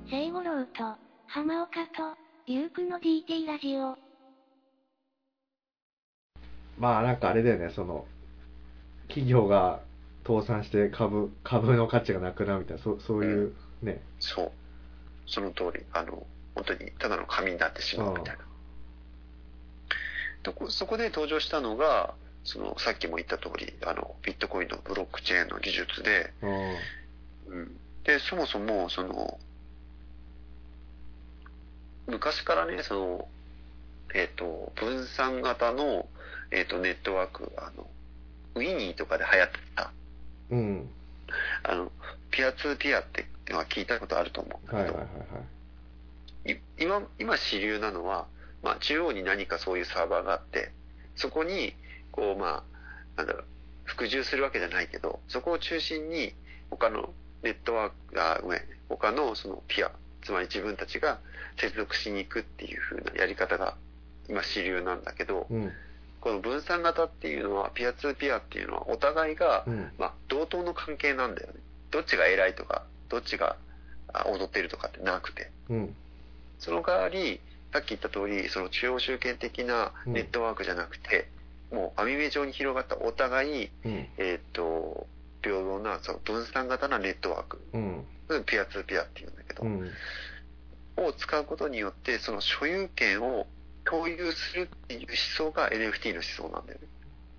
聖五郎と、浜岡と、ゆうくの DT ラジオ。 まあなんかあれだよね、企業が倒産して株の価値がなくなるみたいな、そういうね。 そう。その通り。本当にただの紙になってしまうみたいな。そこで登場したのが、さっきも言った通り、ビットコインのブロックチェーンの技術で、で、そもそも、昔からね、分散型の、ネットワーク、ウィニーとかで流行ってた。ピアツーピアっていうのは聞いたことあると思うんだけど、今主流なのは、まあ、中央に何かそういうサーバーがあって、そこに、服従するわけじゃないけど、そこを中心に、他のネットワーク、他のピア、つまり自分たちが接続しに行くっていう風なやり方が今主流なんだけど、この分散型っていうのは、ピアツーピアっていうのは、お互いが、同等の関係なんだよね。どっちが偉いとか、どっちが踊ってるとかってなくて。その代わり、さっき言った通り、中央集権的なネットワークじゃなくて、もう網目状に広がったお互い、平等な分散型なネットワーク。ピアツーピアっていうんだけど、を使うことによって、その所有権を共有するっていう思想が NFT の思想なんだよね。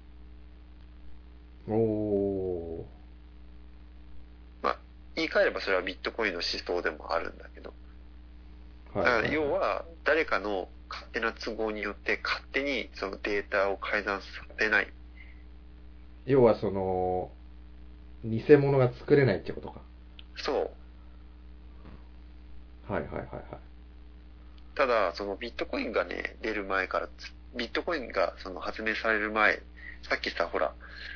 まあ、言い換えればそれはビットコインの思想でもあるんだけど、だから要は誰かの勝手な都合によって勝手にそのデータを改ざんさせない。 要は偽物が作れないってことか。 そう。ただ、ビットコインがね、出る前から、ビットコインが発明される前、さっきさ、ほら、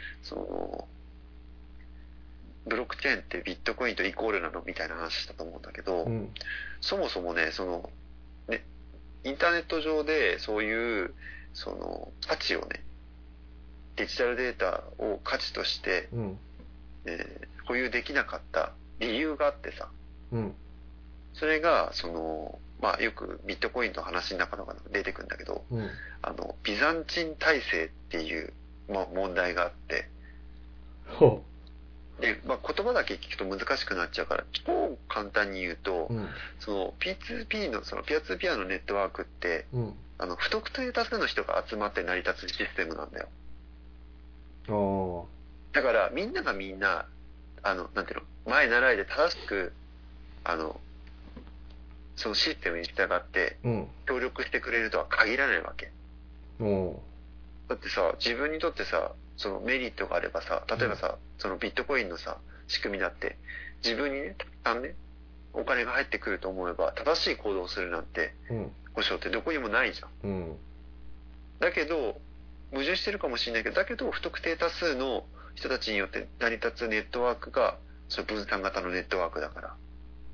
ブロックチェーンってビットコインとイコールなのみたいな話したと思うんだけど、そもそもね、インターネット上でそういう、価値をね、デジタルデータを価値として、保有できなかった理由があってさ、それが、まあ、よくビットコインの話の中とか出てくるんだけど、ビザンチン体制っていう、まあ、問題があって、で、まあ、言葉だけ聞くと難しくなっちゃうから、超簡単に言うと、P2P の、ピアツーピアのネットワークって、不特定多数の人が集まって成り立つシステムなんだよ。だから、みんながみんな、なんていうの、前習いで正しく、そのシステムに従って、協力してくれるとは限らないわけ。だってさ、自分にとってさ、メリットがあればさ、例えばさ、ビットコインのさ、仕組みだって、自分にね、たくさんね、お金が入ってくると思えば、正しい行動をするなんて、保証ってどこにもないじゃん。だけど、矛盾してるかもしれないけど、だけど、不特定多数の人たちによって成り立つネットワークが、分散型のネットワークだから。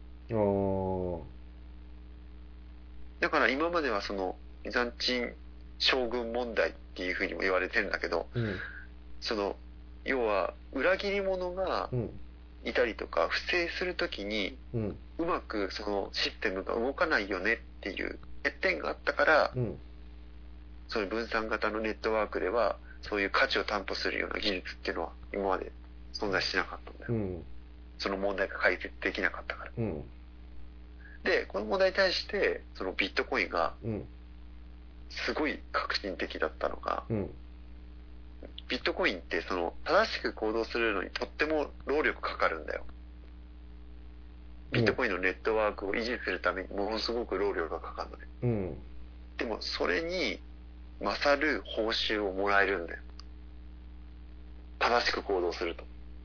だから今まではビザンチン将軍問題っていうふうにも言われてるんだけど、要は裏切り者がいたりとか、不正するときに、うまくそのシステムが動かないよねっていう欠点があったから、その分散型のネットワークでは、そういう価値を担保するような技術っていうのは今まで存在しなかったんだよ。その問題が解決できなかったから。で、この問題に対して、ビットコインが、すごい革新的だったのが、ビットコインって正しく行動するのにとっても労力かかるんだよ。ビットコインのネットワークを維持するためにものすごく労力がかかるのね。でもそれに勝る報酬をもらえるんだよ。正しく行動すると。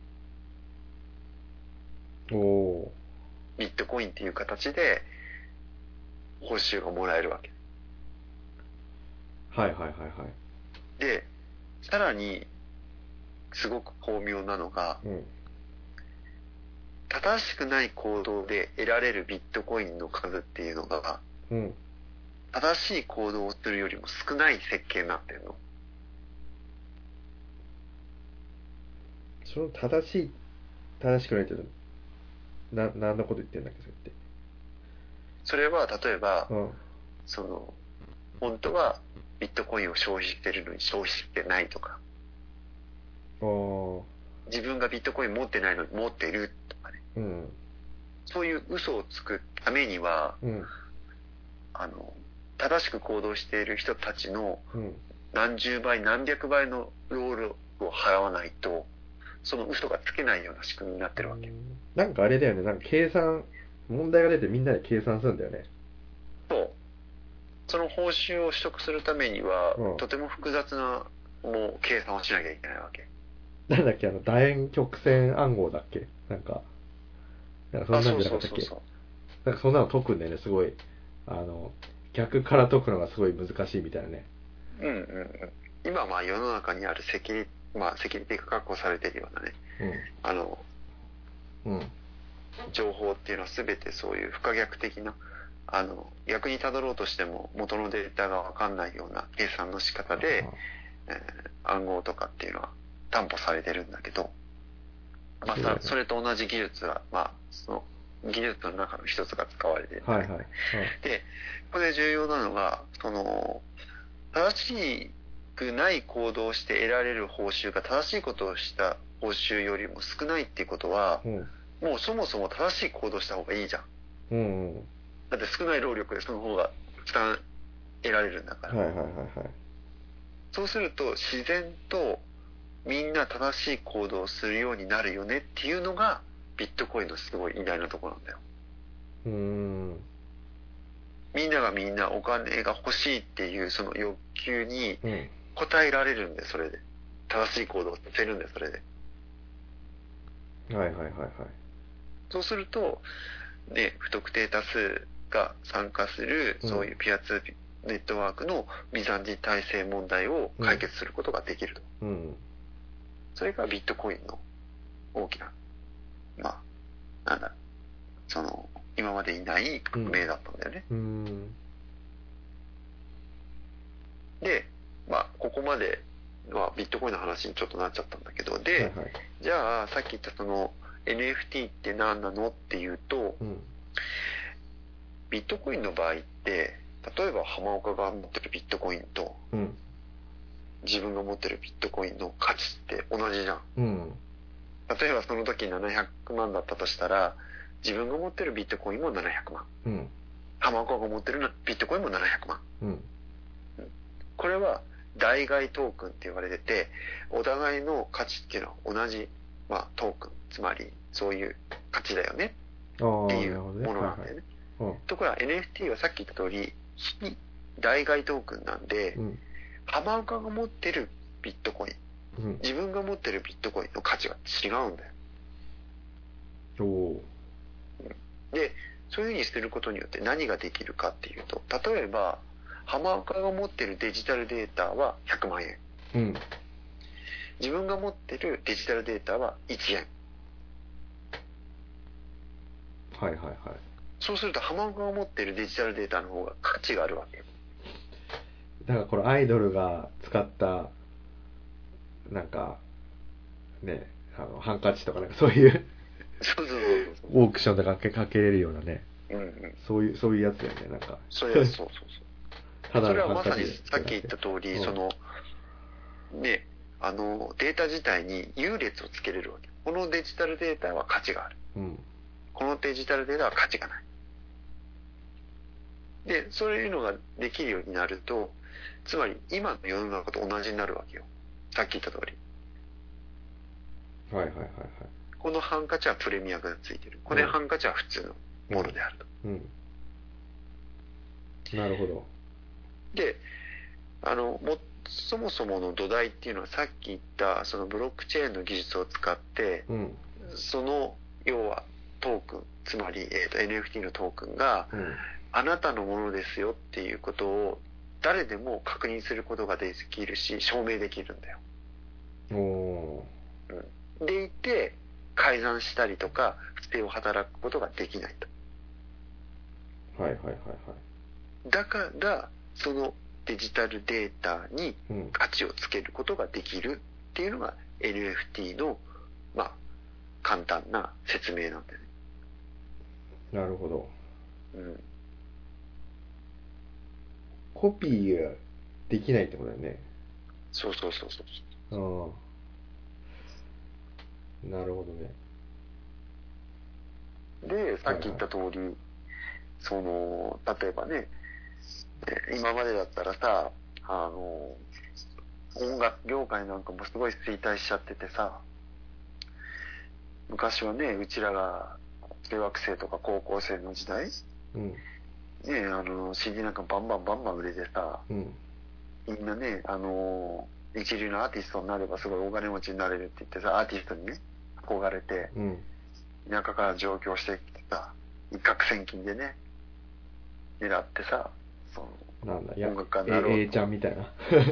ビットコインっていう形で報酬がもらえるわけ。で、さらにすごく巧妙なのが、正しくない行動で得られるビットコインの数っていうのが、正しい行動をするよりも少ない設計になってるの。 正しくないけど、何のこと言ってんだっけ、それって。 それは例えば、 うん、 本当はビットコインを消費してるのに消費してないとか、自分がビットコイン持ってないのに持ってるとかね、 うん、 そういう嘘をつくためには、 うん、 正しく行動している人たちの何十倍何百倍の労力を払わないと、その嘘がつけないような仕組みになってるわけ。 なんかあれだよね、なんか問題が出てみんなで計算するんだよね。 そう。その報酬を取得するためには、 うん、 とても複雑な計算をしなきゃいけないわけ。 なんだっけ、楕円曲線暗号だっけ、なんかそんなんじゃなかったっけ。なんかそんなの解くんだよね、すごい。逆から解くのがすごい難しいみたいなね。 うんうんうん。今世の中にあるセキュリティが確保されているようなね、情報っていうのは全てそういう不可逆的な、逆に辿ろうとしても元のデータが分かんないような計算の仕方で、暗号とかっていうのは担保されてるんだけど、それと同じ技術は、その技術の中の一つが使われているんだけど、ね、で、ここで重要なのが、正しくない行動をして得られる報酬が正しいことをした報酬よりも少ないっていうことは、もうそもそも正しい行動した方がいいじゃん。だって少ない労力でその方が負担得られるんだから。そうすると自然とみんな正しい行動をするようになるよねっていうのがビットコインのすごい偉大なところなんだよ。みんなお金が欲しいっていうその欲求に応えられるんで、それで正しい行動をさせるんで、それで。そうするとね、不特定多数が参加するそういうピアツーネットワークのビザンチ体制問題を解決することができると。それがビットコインの大きな、今までにない革命だったんだよね。で、ここまではビットコインの話にちょっとなっちゃったんだけど、で、じゃあさっき言ったNFT って何なのっていうと、ビットコインの場合って、例えば浜岡が持ってるビットコインと、自分が持ってるビットコインの価値って同じじゃん。例えばその時700万だったとしたら、自分が持ってるビットコインも700万。浜岡が持ってるビットコインも700万。これは代替トークンって言われてて、お互いの価値っていうのは同じ、トークン、つまりそういう価値だよねっていうものなんだよね。ところが NFT はさっき言った通り、非代替トークンなんで、浜岡が持ってるビットコイン、自分が持ってるビットコインの価値が違うんだよ。で、そういうふうにすることによって何ができるかっていうと、例えば浜岡が持ってるデジタルデータは100万円、自分が持ってるデジタルデータは1円。そうすると浜岡が持ってるデジタルデータの方が価値があるわけよ。 だからこれアイドルが使ったなんかね、ハンカチとかなんかそういうオークションでかけれるようなね、そういうやつだよね、なんか。 そういうやつ、そう。それはまさにさっき言った通り、ね、データ自体に優劣をつけれるわけ。このデジタルデータは価値がある。このデジタルデータは価値がない。で、そういうのができるようになると、つまり今の世の中と同じになるわけよ。さっき言った通り。このハンカチはプレミアがついてる。このハンカチは普通のものであると。 なるほど。 で、そもそもの土台っていうのはさっき言ったそのブロックチェーンの技術を使って、その要はトークン、つまり、NFT のトークンが、あなたのものですよっていうことを誰でも確認することができるし、証明できるんだよ。でいて、改ざんしたりとか不正を働くことができないと。だからそのデジタルデータに価値をつけることができるっていうのが NFT の簡単な説明なんだよね。 なるほど。 コピーができないってことだよね。 そうそうそうそう。 なるほどね。 で、さっき言った通り、はいはい、その、例えばね、今までだったらさ、音楽業界なんかもすごい衰退しちゃっててさ、昔はね、うちらが中学生とか高校生の時代、うん、ね、CD なんかバンバン売れてさ、うん、みんなね、一流のアーティストになればすごいお金持ちになれるって言ってさ、アーティストにね、憧れて、うん、田舎から上京してきてさ、一攫千金でね、狙ってさ、 なんだ音楽家になろうと。A ちゃんみたいな。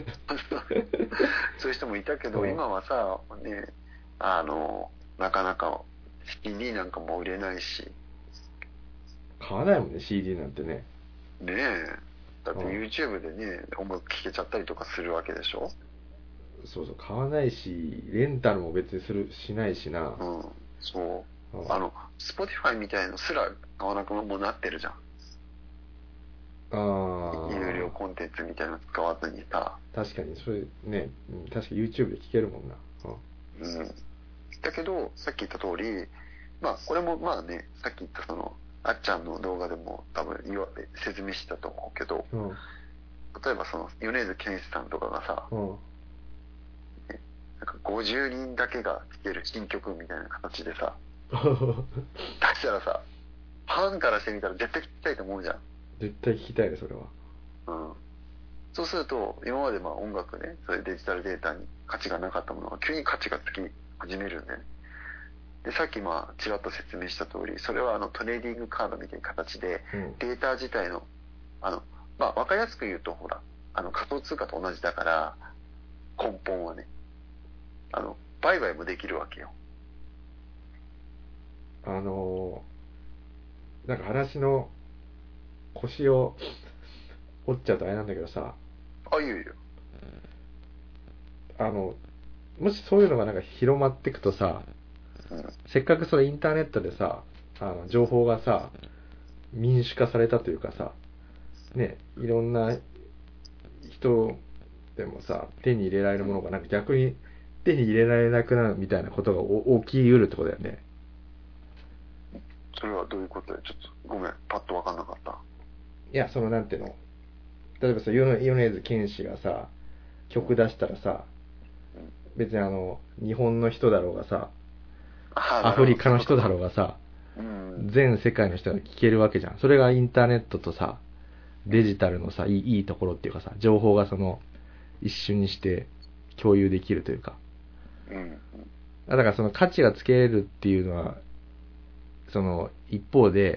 そういう人もいたけど、うん、今はさ、ね、なかなか CD なんかも売れないし。 買わないもんね、CD なんてね。 ねえ。だって YouTube でね、音楽聴けちゃったりとかするわけでしょ。 そうそう、買わないし、レンタルも別にしないしな。 うん、そう。Spotify みたいのすら買わなくもなってるじゃん。有料コンテンツみたいなの使わずにさ。 確かに、それね、確か YouTube で聴けるもんな。 うん。だけど、さっき言った通り、まあ、これもまあね、さっき言ったあっちゃんの動画でも多分説明したと思うけど、例えば米津玄師さんとかがさ、なんか50人だけが聴ける新曲みたいな形でさ、出したらさ、ファンからしてみたら絶対聴きたいと思うじゃん。 絶対聞きたいね、それは。 うん。そうすると、今までまあ音楽ね、そういうデジタルデータに価値がなかったものが急に価値がつき始めるんでね。で、さっきまあ、ちらっと説明した通り、それはトレーディングカードみたいな形で、データ自体の、まあ、わかりやすく言うと、ほら、仮想通貨と同じだから、根本はね、売買もできるわけよ。 なんか話の、腰を折っちゃうとあれなんだけどさ。 あ、いいよいいよ。もしそういうのがなんか広まっていくとさ、せっかくそれインターネットでさ、情報がさ、民主化されたというかさ、ね、いろんな人でもさ、手に入れられるものがなんか逆に手に入れられなくなるみたいなことが起きうるってことだよね。 それはどういうことで、ちょっとごめん、パッと分かんなかった。 いや、なんていうの、例えばさ、米津玄師がさ、曲出したらさ、別に日本の人だろうがさ、アフリカの人だろうがさ、全世界の人が聴けるわけじゃん。それがインターネットとさ、デジタルのさ、いいところっていうかさ、情報が一瞬にして共有できるというか。だから価値がつけれるっていうのは、一方で、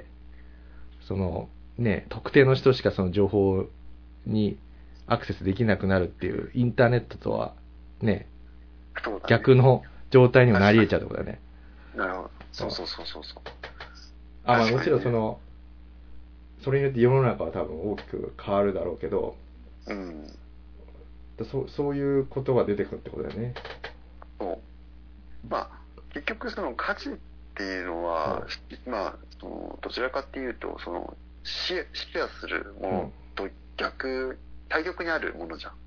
ね、特定の人しかその情報にアクセスできなくなるっていう、インターネットとはね、逆の状態にもなり得ちゃうってことだね。 なるほど。そうそう。 まあもちろんそれによって世の中は多分大きく変わるだろうけど、そういうことが出てくるってことだよね。 そう。まあ、結局価値っていうのは、まあ、どちらかっていうと、シェアするものと対極にあるものじゃん。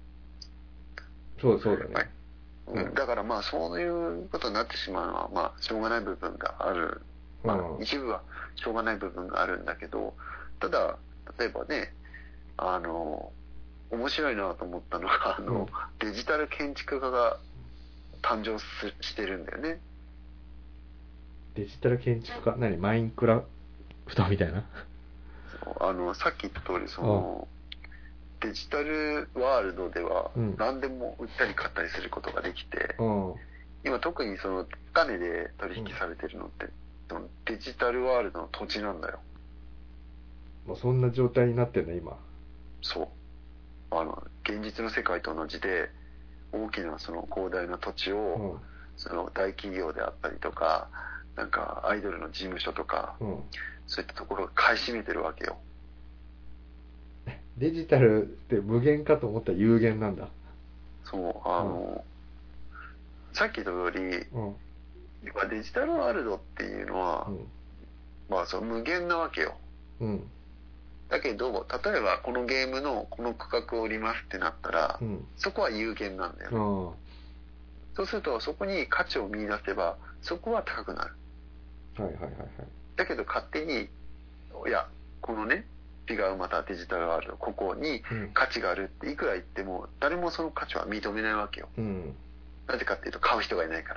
そうだね。 だからまあそういうことになってしまうのはまあしょうがない部分がある、まあ一部はしょうがない部分があるんだけど、ただ例えばね、面白いなと思ったのがデジタル建築家が誕生してるんだよね。 デジタル建築家、何、マインクラフトみたいな。 さっき言った通りデジタルワールドでは何でも売ったり買ったりすることができて、今特に金で取引されてるのって、デジタルワールドの土地なんだよ。 もうそんな状態になってんだ今。 そう。現実の世界と同じで、大きな広大な土地を、大企業であったりとか、なんかアイドルの事務所とか、そういったところが買い占めてるわけよ。 デジタルって無限かと思ったら有限なんだ。 そう、さっき言った通り、デジタルワールドっていうのは、まあ無限なわけよ。 だけど例えばこのゲームのこの区画を売りますってなったら、そこは有限なんだよね。そうするとそこに価値を見出せばそこは高くなる。だけど勝手にいやこのねフィガーまたデジタルワールドここに価値があるっていくら言っても誰もその価値は認めないわけよ。なぜかっていうと買う人がいないから。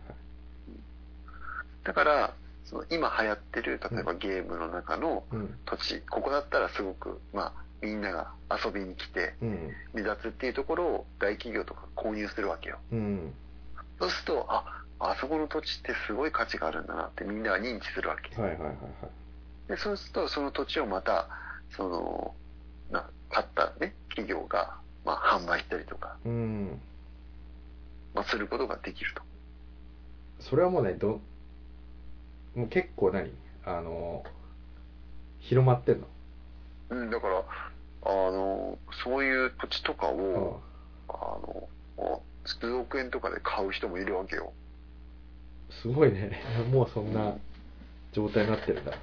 だからその今流行ってる例えばゲームの中の土地、ここだったらすごくみんなが遊びに来て離脱っていうところを大企業とか購入するわけよ。そうするとあそこの土地ってすごい価値があるんだなってみんなが認知するわけ。でそうするとその土地をまたその買ったね企業が販売したりとか、することができると。 それはもうねもう結構広まってんの？ だからそういう土地とかを数億円とかで買う人もいるわけよ。 すごいね。もうそんな状態になってるんだ。 ち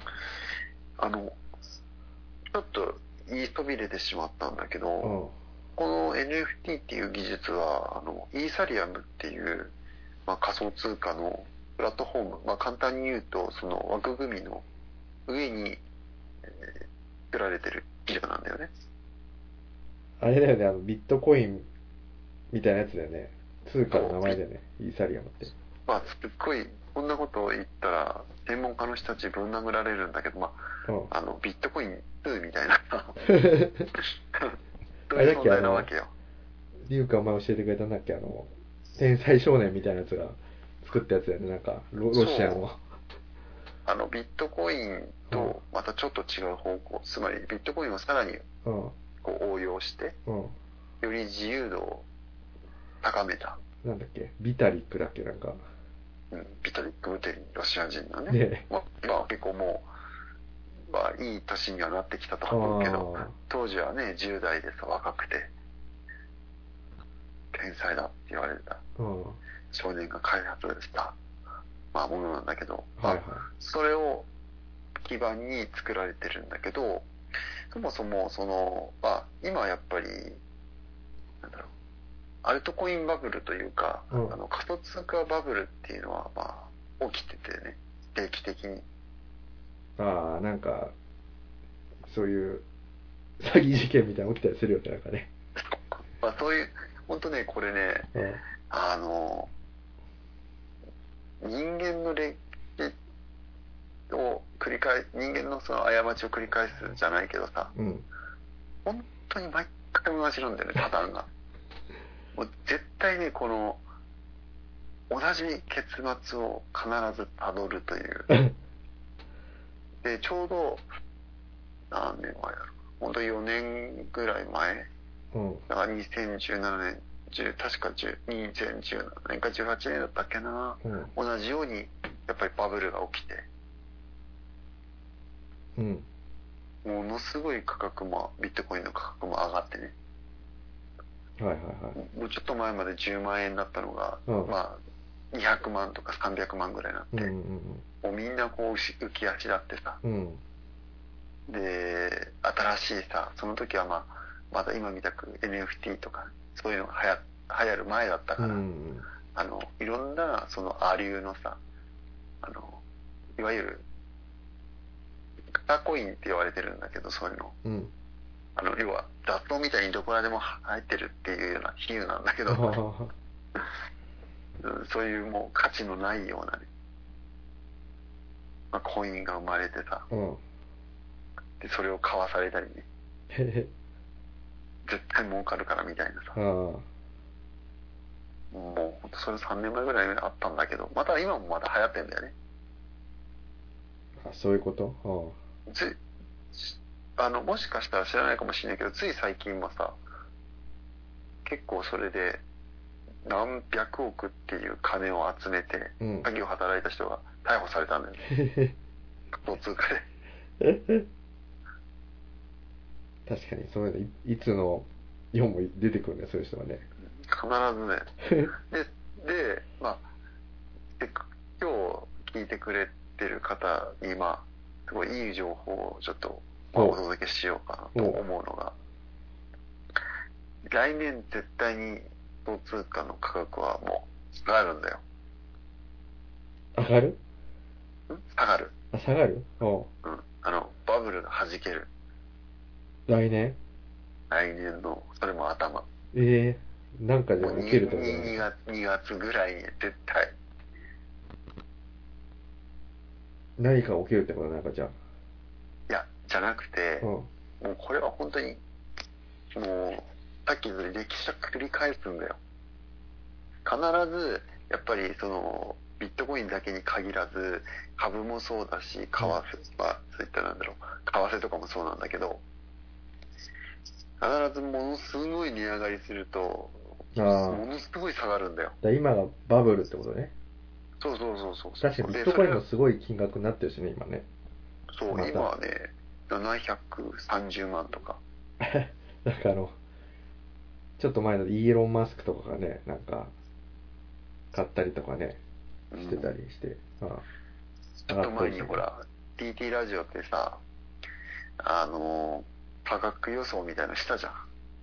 ょっと言いそびれてしまったんだけど、この NFT っていう技術はイーサリアムっていう、仮想通貨のプラットフォーム、簡単に言うとその枠組みの上に、作られてる技術なんだよね。 あれだよね、ビットコインみたいなやつだよね。通貨の名前だよね、イーサリアムって。すっごいこんなことを言ったら専門家の人たちぶん殴られるんだけど、ビットコイン2みたいなそういう存在なわけよ。 リュウカお前教えてくれたんだっけ、天才少年みたいなやつが作ったやつだよね、ロシアの。 ビットコインとまたちょっと違う方向、つまりビットコインをさらにこう応用して、より自由度を高めた。 なんだっけ、ビタリックだっけ、 ビタリック・ブテリン、ロシア人のね。結構もう、いい年にはなってきたと思うけど、当時はね、10代でさ、若くて、天才だって言われた少年が開発したものなんだけど、それを基盤に作られてるんだけど、そもそもその今やっぱりアルトコインバブルというか、仮想通貨バブルっていうのは起きててね、定期的に。 そういう詐欺事件みたいなの起きたりするよね、 そういう本当ね、これね、人間の歴史を人間のその過ちを繰り返すじゃないけどさ、本当に毎回同じなんだよね、パターンが。もう絶対ね、この同じ結末を必ずたどるというでちょうど何年前だろう、本当4年ぐらい前、だから2017年確か2017年か18年だったっけな、同じようにやっぱりバブルが起きて、ものすごい価格もビットコインの価格も上がってね、もうちょっと前まで10万円だったのが、200万とか300万ぐらいになって、もうみんなこう浮き足だってさ、で新しいさ、その時はまだ今みたく NFT とかそういうのが流行る前だったから、いろんなそのア流のさ、いわゆる型コインって言われてるんだけど、そういうの、要は雑草みたいにどこらでも生えてるっていうような比喩なんだけどそういうもう価値のないようなね、コインが生まれてさ、でそれを買わされたりね絶対儲かるからみたいなさ、もうほんとそれ3年前ぐらいにあったんだけど、また今もまだ流行ってんだよね。 そういうこと？ もしかしたら知らないかもしれないけど、つい最近もさ、結構それで何百億っていう金を集めて詐欺を働いた人が逮捕されたんだよね仮想通貨で確かにそういうのいつの日本も出てくるね、そういう人がね。 必ずねで今日聞いてくれてる方にすごいいい情報をちょっとお届けしようかなと思うのが、来年絶対に仮想通貨の価格はもう下がるんだよ。 上がる？ 下がる。 あ、下がる？ バブルが弾ける。 来年の、それも頭。 なんかで起きると思う。 2月ぐらいに絶対。 何か起きるってことなんかじゃあ。 いや、じゃなくて、もうこれは本当に、もう、さっきの歴史を繰り返すんだよ。必ず、やっぱりビットコインだけに限らず、株もそうだし、為替、そういった為替とかもそうなんだけど、必ずものすごい値上がりすると、ものすごい下がるんだよ。 今がバブルってことね。 そう。 確かにビットコインもすごい金額になってるしね、今ね。 そう、今はね、730万とか。 なんかちょっと前のイーロン・マスクとかがね、なんか、買ったりとかね、してたりして。 ちょっと前にほら、TT ラジオってさ、価格予想みたいなのしたじゃん。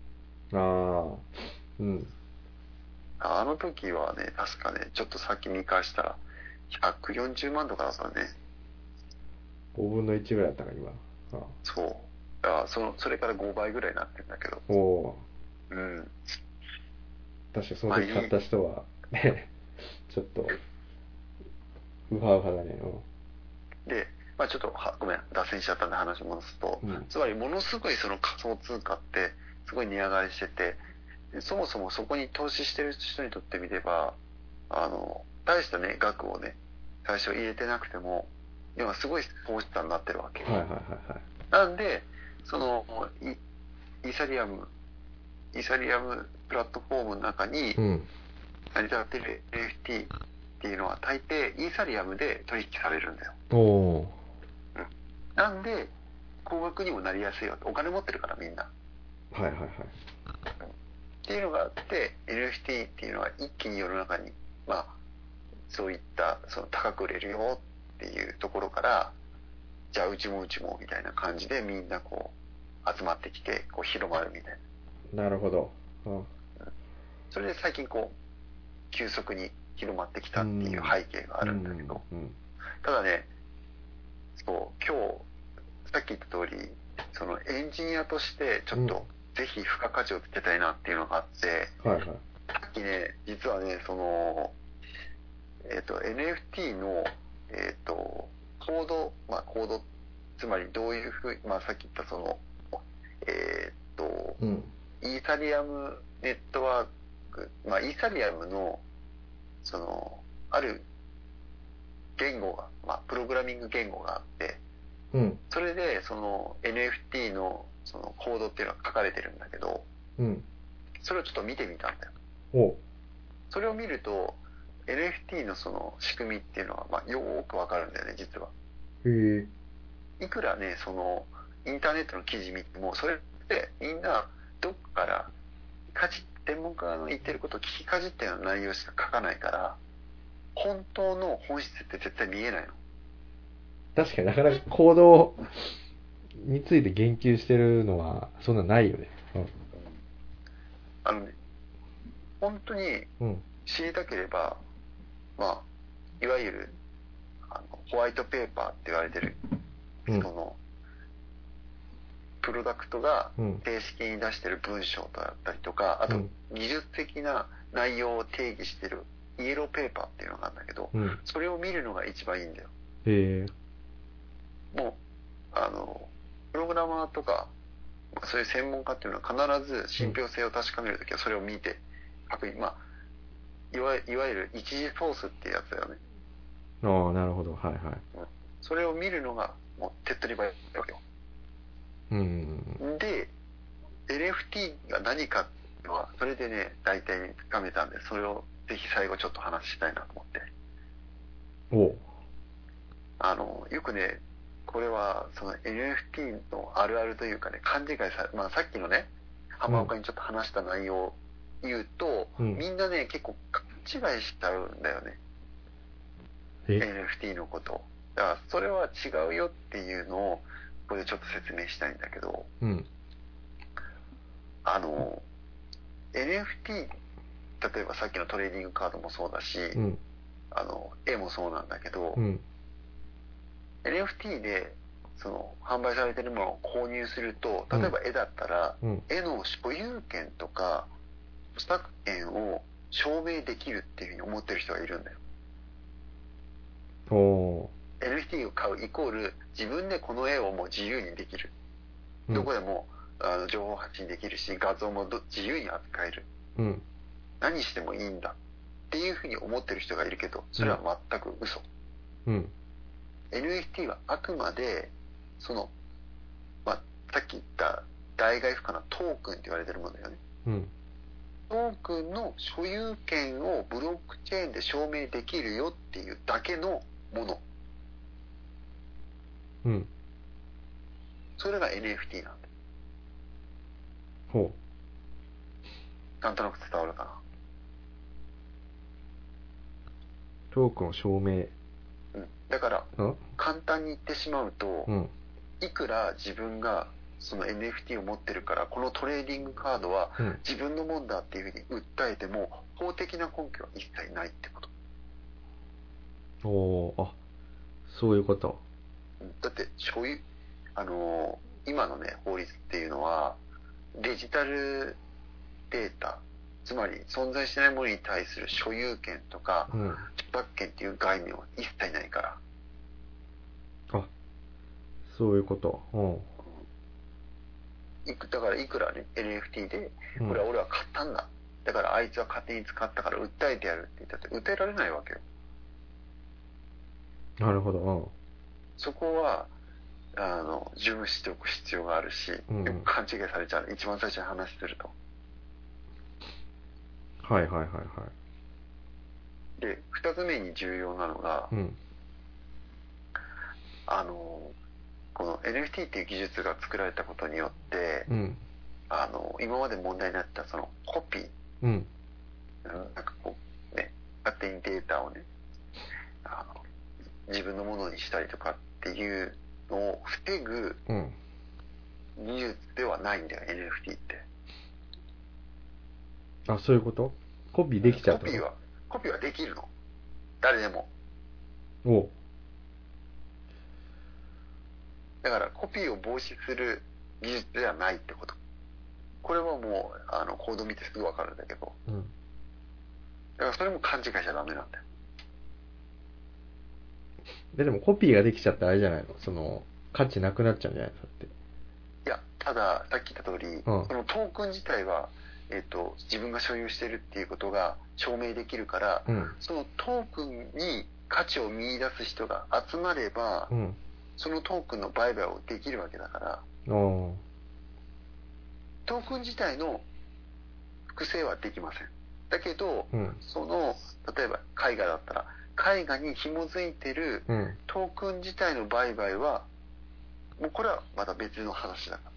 あの時はね、確かね、ちょっとさっき見返したら、140万とかだったね。 5分の1ぐらいだったか、今。 そう。それから5倍ぐらいになってるんだけど。 確かその時買った人は、ね、ちょっと、ウハウハだね。 で、ちょっとごめん、脱線しちゃったんで話戻すと、つまりものすごいその仮想通貨ってすごい値上がりしてて、そもそもそこに投資してる人にとってみれば、大したね、額をね、最初入れてなくても、今すごい投資家になってるわけ。なんで、イーサリアムプラットフォームの中に、成り立ってる NFT っていうのは大抵イーサリアムで取引されるんだよ。なんで、高額にもなりやすいわけ。お金持ってるからみんな。っていうのがあって、NFT っていうのは一気に世の中に、そういった高く売れるよっていうところから、じゃあうちもみたいな感じでみんな集まってきて広まるみたいな。なるほど。 それで最近急速に広まってきたっていう背景があるんだけど、ただね、今日さっき言った通り、エンジニアとしてちょっとぜひ付加価値をつけたいなっていうのがあって、さっきね、実はね、NFT のコード、つまりどういうふう、さっき言ったイーサリアムネットワーク、イーサリアムのある言語が、プログラミング言語があって、それでNFT のコードっていうのが書かれてるんだけど、それをちょっと見てみたんだよ。それを見ると NFT の仕組みっていうのはよーくわかるんだよね、実は。いくらね、インターネットの記事見ても、それってみんなどっから専門家の言ってることを聞きかじったような内容しか書かないから、本当の本質って絶対見えないの。 確かになかなか行動について言及してるのはそんなないよね。 本当に知りたければ、いわゆるホワイトペーパーって言われてる、プロダクトが正式に出してる文章だったりとか、あと技術的な内容を定義してるイエローペーパーっていうのがあるんだけど、それを見るのが一番いいんだよ。もうプログラマーとかそういう専門家っていうのは必ず信憑性を確かめるときはそれを見て確認、いわゆる一次ソースっていうやつだよね。 なるほど。 それを見るのがもう手っ取り早いわけよ。で NFT が何かっていうのはそれでね、大体につかめたんで、それをぜひ最後ちょっと話したいなと思って。よくね、これはNFT のあるあるというかね、勘違いされ、さっきのね、浜岡にちょっと話した内容を言うと、みんなね、結構勘違いしちゃうんだよね。NFT のこと。だからそれは違うよっていうのをこでちょっと説明したいんだけど、 うん。 NFT、例えばさっきのトレーディングカードもそうだし、 うん、 絵もそうなんだけど、 うん、 NFT でその販売されてるものを購入すると、例えば絵だったら、 うん、 絵の所有権とか著作権を証明できるっていうふうに思ってる人がいるんだよ。NFT を買うイコール自分でこの絵をもう自由にできる、どこでも情報発信できるし、画像も自由に扱える、 うん、何してもいいんだっていうふうに思ってる人がいるけど、それは全く嘘。 うん、 NFT はあくまでその、さっき言った代替不可なトークンって言われてるものだよね。 うん、 トークンの所有権をブロックチェーンで証明できるよっていうだけのもの。 うん。 それが NFT なんだ。 ほう。なんとなく伝わるかな。 トークンを証明。 うん。だから、簡単に言ってしまうと、いくら自分がその NFT を持ってるからこのトレーディングカードは自分のもんだっていうふうに訴えても法的な根拠は一切ないってこと。 あ、そういうこと。 だって所有今のね法律っていうのはデジタルデータ、つまり存在しないものに対する所有権とか著作権っていう概念は一切ないから。 あ、そういうこと。 だからいくらね NFT でこれは俺は買ったんだ、だからあいつは勝手に使ったから訴えてやるって言ったって訴えられないわけよ。 なるほど。 そこは重視しておく必要があるし、よく勘違いされちゃう。一番最初に話すると。 はいはいはいはい。 で、二つ目に重要なのが、この NFT っていう技術が作られたことによって、今まで問題になったそのコピー、なんかこうね、勝手にデータをね、自分のものにしたりとかっていうのを防ぐ技術ではないんだよ、NFT って。 あ、そういうこと？コピーできちゃう。 コピーはできるの。誰でも。だからコピーを防止する技術ではないってこと。これはもうコード見てすぐ分かるんだけど、だからそれも勘違いしちゃダメなんだよ。 でもコピーができちゃったらあれじゃないの、その価値なくなっちゃうんじゃないのって。 いや、たださっき言った通り、そのトークン自体は、自分が所有してるっていうことが証明できるから、そのトークンに価値を見出す人が集まれば、そのトークンの売買をできるわけだから、トークン自体の複製はできません。だけど、その例えば絵画だったら絵画に紐づいてるトークン自体の売買は、もうこれはまた別の話だから。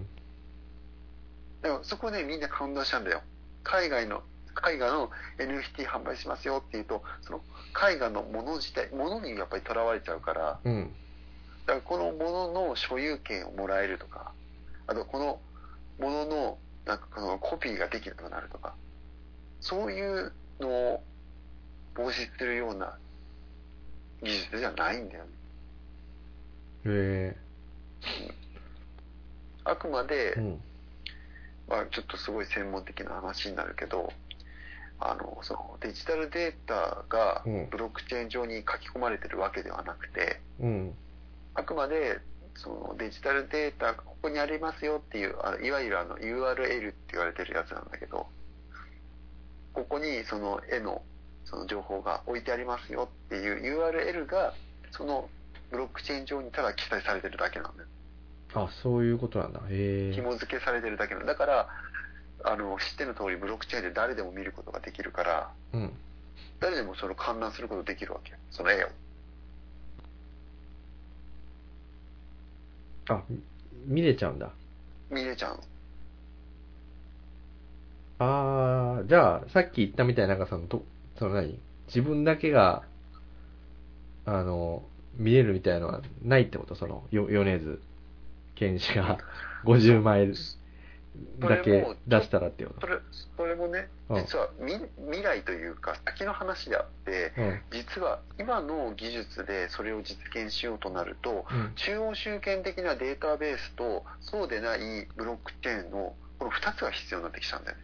だからそこでみんな感動したんだよ。絵画の NFT 販売しますよっていうと、その絵画のもの自体、ものにやっぱりとらわれちゃうから、だからこのものの所有権をもらえるとか、あとこのもののなんかこのコピーができるとなるとか、そういうのを防止するような技術じゃないんだよね。あくまで、ちょっとすごい専門的な話になるけど、そのデジタルデータがブロックチェーン上に書き込まれてるわけではなくて、あくまでそのデジタルデータがここにありますよっていう、いわゆるURL って言われてるやつなんだけど、ここにその絵のその情報が置いてありますよっていう URL がそのブロックチェーン上にただ記載されてるだけなんだよ。 あ、そういうことなんだ。 紐付けされてるだけなんだ。だから知っての通りブロックチェーンで誰でも見ることができるから、誰でもそれを観覧することできるわけよ、その絵を。 あ、見れちゃうんだ。 見れちゃう。 じゃあさっき言ったみたいな、なんかその何、自分だけが見れるみたいなのはないってこと？その米津玄師が50枚だけ出したらっていうこと？ それもね、実は未来というか先の話であって、実は今の技術でそれを実現しようとなると、中央集権的なデータベースとそうでないブロックチェーンのこの2つが必要になってきたんだよね。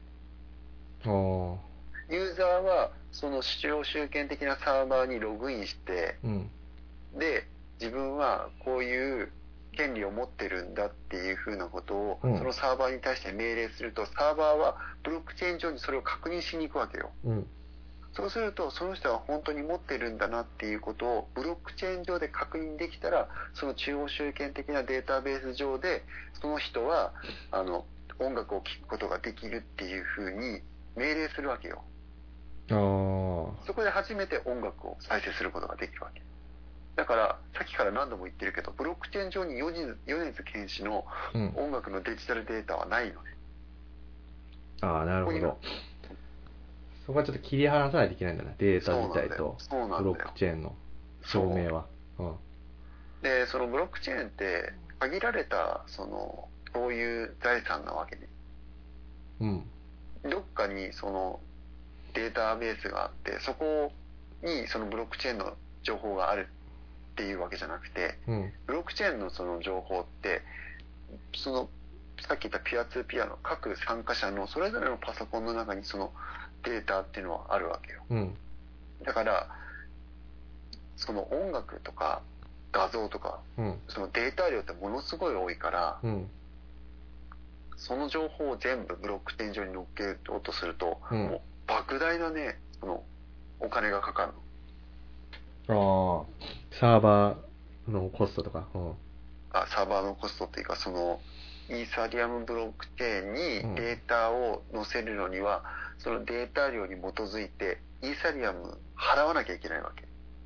ユーザーはその中央集権的なサーバーにログインして、で自分はこういう権利を持ってるんだっていうふうなことを、そのサーバーに対して命令すると、サーバーはブロックチェーン上にそれを確認しに行くわけよ。そうするとその人は本当に持ってるんだなっていうことをブロックチェーン上で確認できたら、その中央集権的なデータベース上でその人は音楽を聴くことができるっていうふうに命令するわけよ。そこで初めて音楽を再生することができるわけ。だからさっきから何度も言ってるけど、ブロックチェーン上に米津玄師の音楽のデジタルデータはないのね。 なるほど。そこはちょっと切り離さないといけないんだな、データ自体とブロックチェーンの証明は。 でそのブロックチェーンって限られたそういう財産なわけで、どっかにそのデータベースがあって、そこにそのブロックチェーンの情報があるっていうわけじゃなくて、ブロックチェーンのその情報ってそのさっき言ったピアツーピアの各参加者のそれぞれのパソコンの中にそのデータっていうのはあるわけよ。だからその音楽とか画像とか、そのデータ量ってものすごい多いから、その情報を全部ブロックチェーン上に乗っけようとすると、もう莫大なねそのお金がかかるの。サーバーのコストとか、 サーバーのコストっていうか、そのイーサリアムブロックチェーンにデータを載せるのには、そのデータ量に基づいてイーサリアム払わなきゃいけないわけ。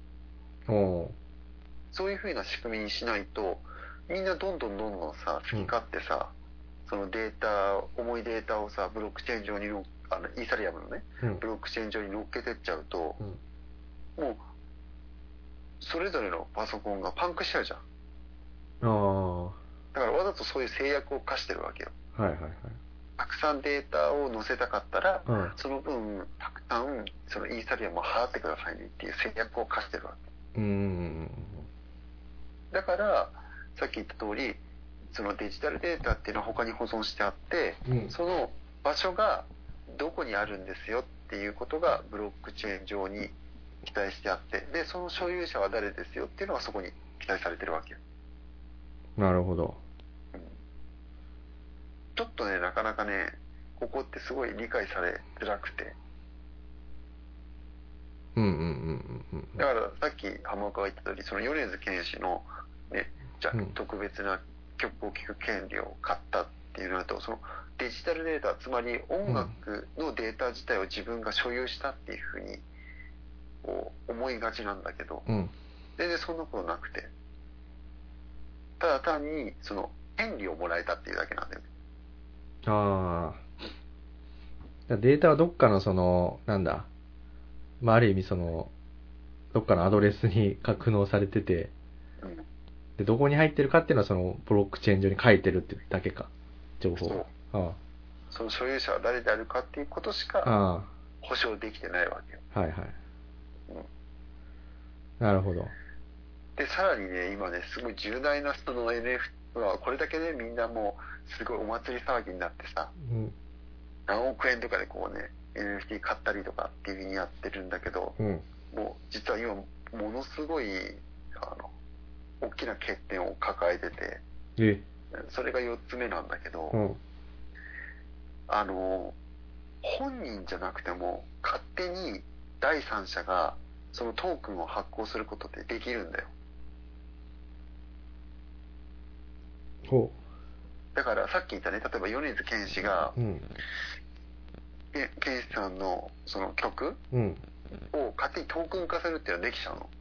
そういう風な仕組みにしないと、みんなどんどん好き勝手さ、そのデータ、重いデータをさブロックチェーン上にイーサリアムのね、ブロックチェーン上に乗っけてっちゃうと、もうそれぞれのパソコンがパンクしちゃうじゃん。だからわざとそういう制約を課してるわけよ。たくさんデータを載せたかったら、その分たくさんそのイーサリアムを払ってくださいねっていう制約を課してるわけ。だからさっき言った通り、そのデジタルデータっていうのは他に保存してあって、その場所がどこにあるんですよっていうことがブロックチェーン上に記載してあって、でその所有者は誰ですよっていうのがそこに記載されてるわけよ。 なるほど。 ちょっとねなかなかねここってすごい理解されづらくて、だからさっき浜岡が言った通り、その米津玄師のね特別な曲を聴く権利を買ったっていうのと、そのデジタルデータ、つまり音楽のデータ自体を自分が所有したっていうふうにこう思いがちなんだけど、全然そんなことなくて、ただ単にその権利をもらえたっていうだけなんだよね。 データはどっかのそのある意味そのどっかのアドレスに格納されてて、でどこに入ってるかっていうのはそのブロックチェーン上に書いてるってだけか、情報。 その所有者は誰であるかっていうことしか保証できてないわけよ。 なるほど。 でさらにね今ねすごい重大なその NFT はこれだけねみんなもうすごいお祭り騒ぎになってさ、何億円とかでこうね NFT 買ったりとかっていう風にやってるんだけど、もう実は今ものすごい大きな欠点を抱えてて、それが4つ目なんだけど、本人じゃなくても勝手に第三者がそのトークンを発行することってできるんだよ。だからさっき言ったね、例えば米津玄師が、玄師さんのその曲を勝手にトークン化するっていうのはできちゃうの。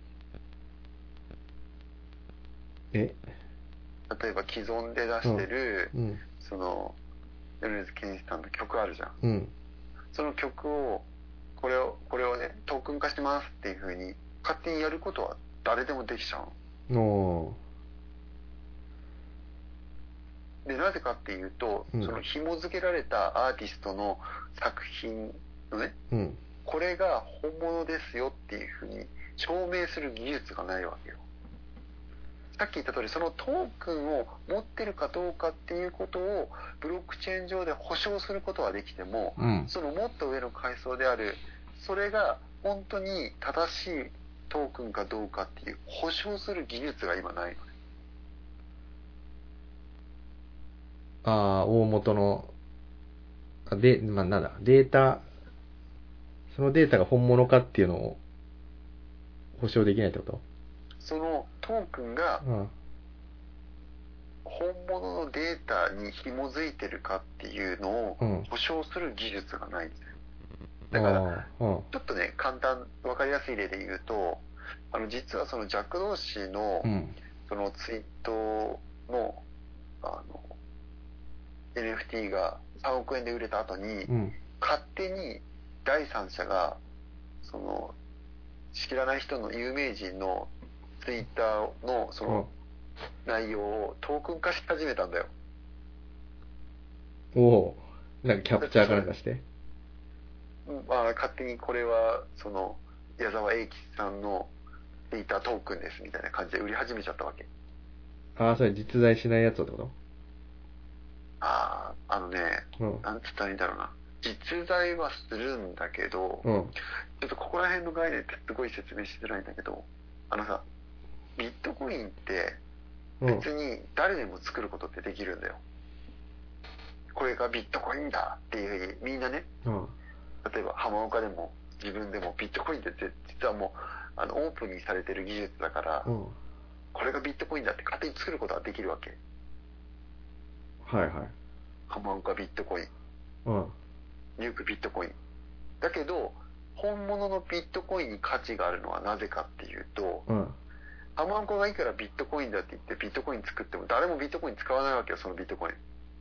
例えば既存で出してる、その米津玄師さんの曲あるじゃん、その曲をこれをねトークン化してますっていう風に勝手にやることは誰でもできちゃう。 おで、なぜかっていうと、その紐付けられたアーティストの作品のね、これが本物ですよっていうふうに証明する技術がないわけよ。さっき言った通り、そのトークンを持ってるかどうかっていうことをブロックチェーン上で保証することはできても、そのもっと上の階層である、それが本当に正しいトークンかどうかっていう保証する技術が今ないのね。 大元の、なんだ、データ、そのデータが本物かっていうのを保証できないってこと？ そのトークンが本物のデータに紐づいてるかっていうのを保証する技術がないんですよ。だから、ちょっとね、簡単、わかりやすい例で言うと、実はそのジャック・ドーシーの、そのツイートの、NFT が3億円で売れた後に、勝手に第三者が、その、知らない人の有名人のツイッターのその内容をトークン化し始めたんだよ。 なんかキャプチャーかなんかして。 勝手にこれは、その、矢沢永吉さんのツイッタートークンですみたいな感じで売り始めちゃったわけ。 それ実在しないやつってこと？ なんつったらいいんだろうな。実在はするんだけど、ちょっとここら辺の概念ってすごい説明しづらいんだけど、ビットコインって別に誰でも作ることってできるんだよ。これがビットコインだっていうふうにみんなね、例えば浜岡でも自分でもビットコインって実はもうオープンにされてる技術だから、これがビットコインだって勝手に作ることができるわけ。 はいはい。 浜岡ビットコイン。ニュークビットコイン。だけど、本物のビットコインに価値があるのはなぜかっていうと、浜岡がいくらビットコインだって言ってビットコイン作っても誰もビットコイン使わないわけよ、そのビットコイン。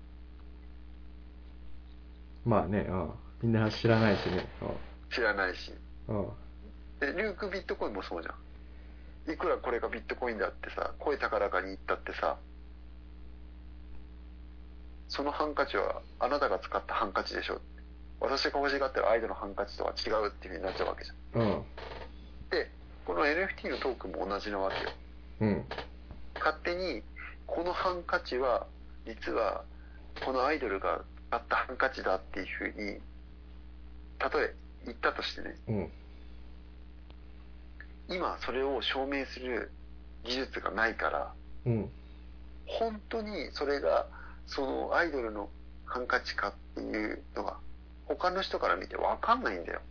まあね、みんな知らないしね。 知らないし。で、ニュークビットコインもそうじゃん。いくらこれがビットコインだってさ、声高らかに言ったってさ、そのハンカチはあなたが使ったハンカチでしょ。私が欲しがってるアイドルのハンカチとは違うっていう風になっちゃうわけじゃん。で、この NFT のトークンも同じなわけよ。勝手にこのハンカチは実はこのアイドルが使ったハンカチだっていう風に、たとえ言ったとしてね、今それを証明する技術がないから、本当にそれがそのアイドルのハンカチかっていうのが他の人から見て分かんないんだよ。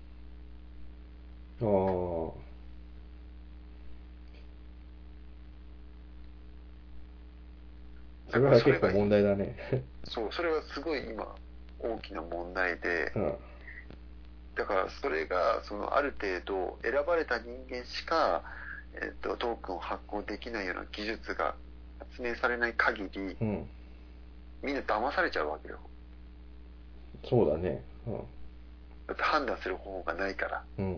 それは結構問題だね。 そう、それはすごい今大きな問題で、だからそれがそのある程度選ばれた人間しか、トークンを発行できないような技術が発明されない限り、みんな騙されちゃうわけよ。 そうだね。 だって判断する方法がないから。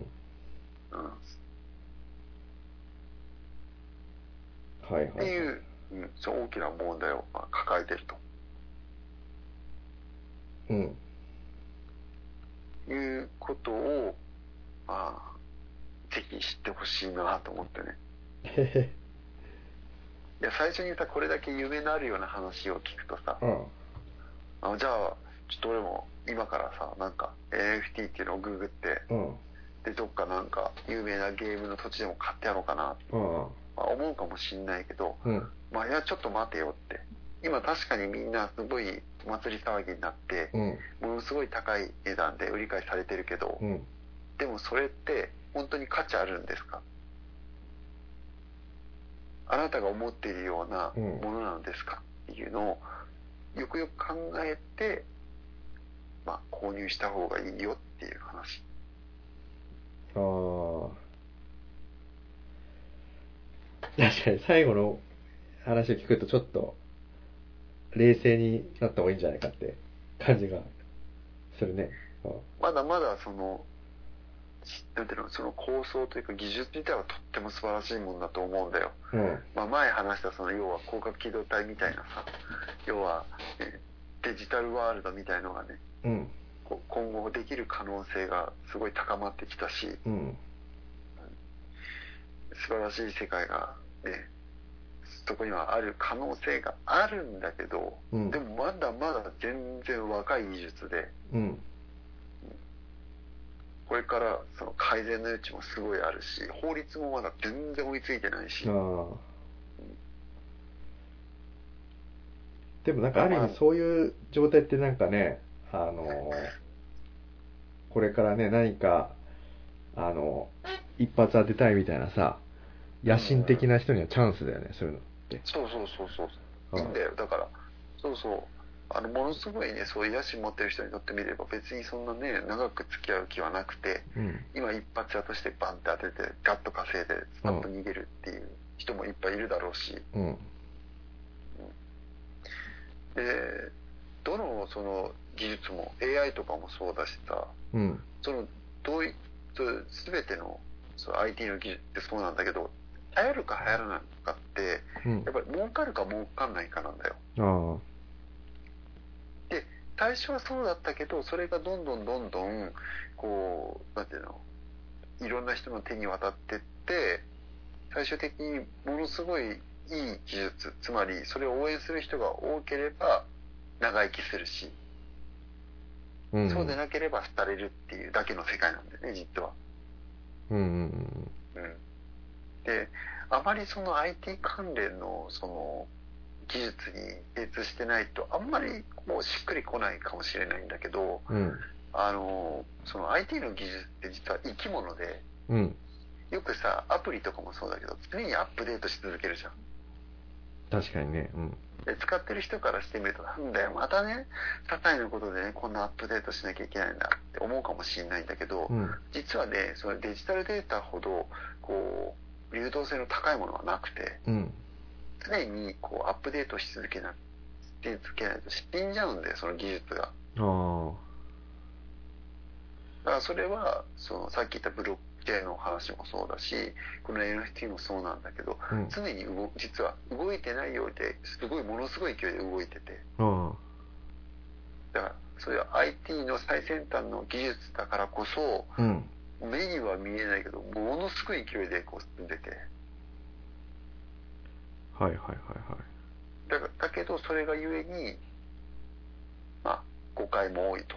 っていう、そう大きな問題を抱えてると。いうことを、ぜひ知ってほしいなと思ってね。いや、最初にさ、これだけ夢のあるような話を聞くとさ、じゃあ、ちょっと俺も今からさ、なんか NFT っていうのをググって、で、どっかなんか有名なゲームの土地でも買ってやろうかなって、思うかもしんないけど、いや、ちょっと待てよって。今確かにみんなすごい祭り騒ぎになって、ものすごい高い値段で売り買いされてるけど、でもそれって本当に価値あるんですか？あなたが思っているようなものなのですかっていうのをよくよく考えて、購入した方がいいよっていう話。 確かに最後の話を聞くとちょっと冷静になった方がいいんじゃないかって感じがするね。 まだまだそのなんていうの、その構想というか技術自体はとっても素晴らしいもんだと思うんだよ。前話したその要は広角機動隊みたいなさ、要は、デジタルワールドみたいのがね、今後できる可能性がすごい高まってきたし、素晴らしい世界がね、そこにはある可能性があるんだけど、でもまだまだ全然若い技術で、これからその改善の余地もすごいあるし、法律もまだ全然追いついてないし。 でもなんかある意味そういう状態ってなんかね、これからね、何か一発当てたいみたいなさ、野心的な人にはチャンスだよね、そういうのって。 そういいんだよ。だからものすごいね、そういう野心持ってる人にとってみれば別にそんなね、長く付き合う気はなくて、今一発屋としてバンって当ててガッと稼いでスパッと逃げるっていう人もいっぱいいるだろうし、でどのその技術も AI とかもそうだしさ、その全てのその IT の技術ってそうなんだけど、流行るか流行らないかって、やっぱり儲かるか儲かんないかなんだよ。で最初はそうだったけど、それがどんどんこうなんていうの、いろんな人の手に渡ってって、最終的にものすごいいい技術、つまりそれを応援する人が多ければ長生きするし、そうでなければ廃れるっていうだけの世界なんだよね、実は。で、あまりその IT 関連のその技術に精通してないとあんまりこうしっくりこないかもしれないんだけど、その IT の技術って実は生き物で、よくさ、アプリとかもそうだけど常にアップデートし続けるじゃん。 確かにね。 で使ってる人からしてみると、なんだよまたね、些細なことでね、こんなアップデートしなきゃいけないんだって思うかもしれないんだけど、実はね、そのデジタルデータほどこう流動性の高いものはなくて、常にこうアップデートし続けないと死んじゃうんだよ、その技術が。だからそれはそのさっき言ったブロックチェーンの話もそうだし、この NFT もそうなんだけど、常に実は動いてないようですごいものすごい勢いで動いてて、だからそれは IT の最先端の技術だからこそ、目には見えないけどものすごい勢いでこう進んでて、だけどそれがゆえに誤解も多いと、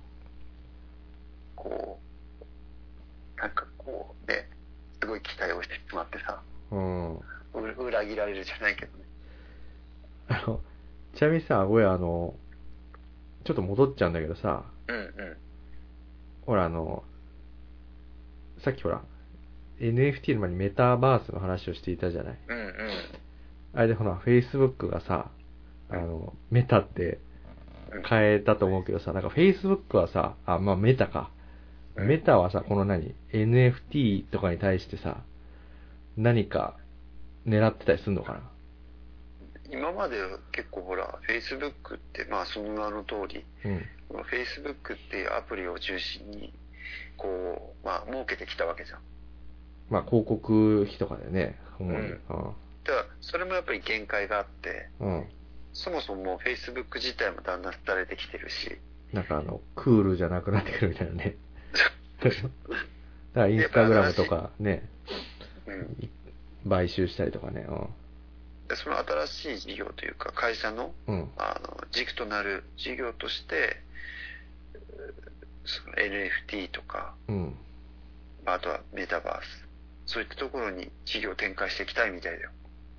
こうなんかこうね、すごい期待をしてしまってさ、裏切られるじゃないけどね。 ちなみにさ、ちょっと戻っちゃうんだけどさ、ほらさっきほら NFT の前にメタバースの話をしていたじゃない。あれでほら Facebook がさ、メタって変えたと思うけどさ、なんか Facebook はさ、メタか。メタはさ、このNFT とかに対してさ、何か狙ってたりするのかな。 今まで結構ほら Facebook ってその名の通り、Facebook っていうアプリを中心にこう儲けてきたわけじゃん。 広告費とかでね、主に。 だからそれもやっぱり限界があって、そもそも Facebook 自体もだんだん廃れてきてるし、 なんかクールじゃなくなってくるみたいなね。だからインスタグラムとかね、買収したりとかね。 その新しい事業というか会社の、軸となる事業としてその NFT とか、あとはメタバース、そういったところに事業を展開していきたいみたいだよ。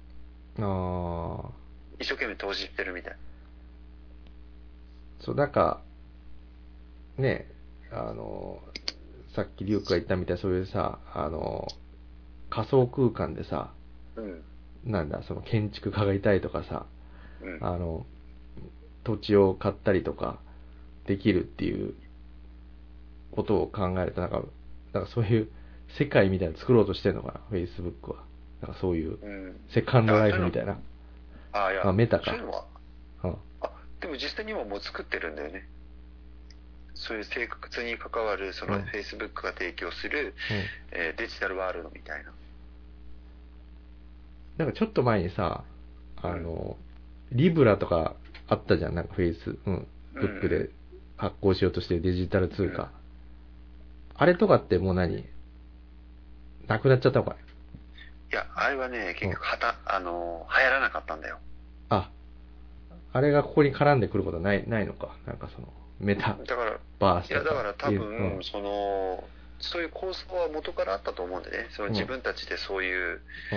一生懸命投資してるみたい。 そう、なんかね、さっきリュウクが言ったみたいな、そういうさ、仮想空間でさ、その建築家がいたりとかさ、土地を買ったりとかできるっていうことを考えると、なんかそういう世界みたいなの作ろうとしてるのかな、Facebook は。なんかそういうセカンドライフみたいな。 いや、 メタか。 そういうのは、でも実際にはもう作ってるんだよね。 そういう生活に関わるその Facebook が提供する、デジタルワールドみたいな。 なんかちょっと前にさ、リブラとかあったじゃん、なんかFacebook で発行しようとしてるデジタル通貨。あれとかってもうなくなっちゃったのかね。 いや、あれはね、結局流行らなかったんだよ。 あれがここに絡んでくることはないのか。なんかその、メタバースとか。 いや、だから多分、そういう構想は元からあったと思うんでね。その自分たちでそういう、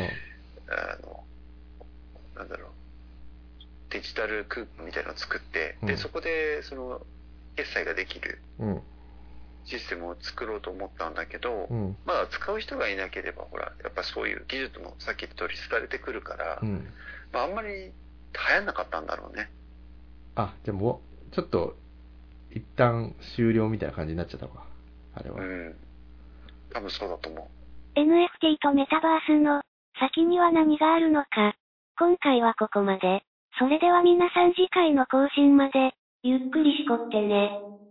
なんだろう、デジタルクーポンみたいなのを作って、で、そこで、決済ができるシステムを作ろうと思ったんだけど、まあ、使う人がいなければ、ほら、やっぱそういう技術もさっき言った通り廃れてくるから、まあ、あんまり流行んなかったんだろうね。 じゃあもう、ちょっと、一旦終了みたいな感じになっちゃったのか、あれは。 多分そうだと思う。NFT とメタバースの先には何があるのか。今回はここまで。それでは皆さん次回の更新まで、ゆっくりしこってね。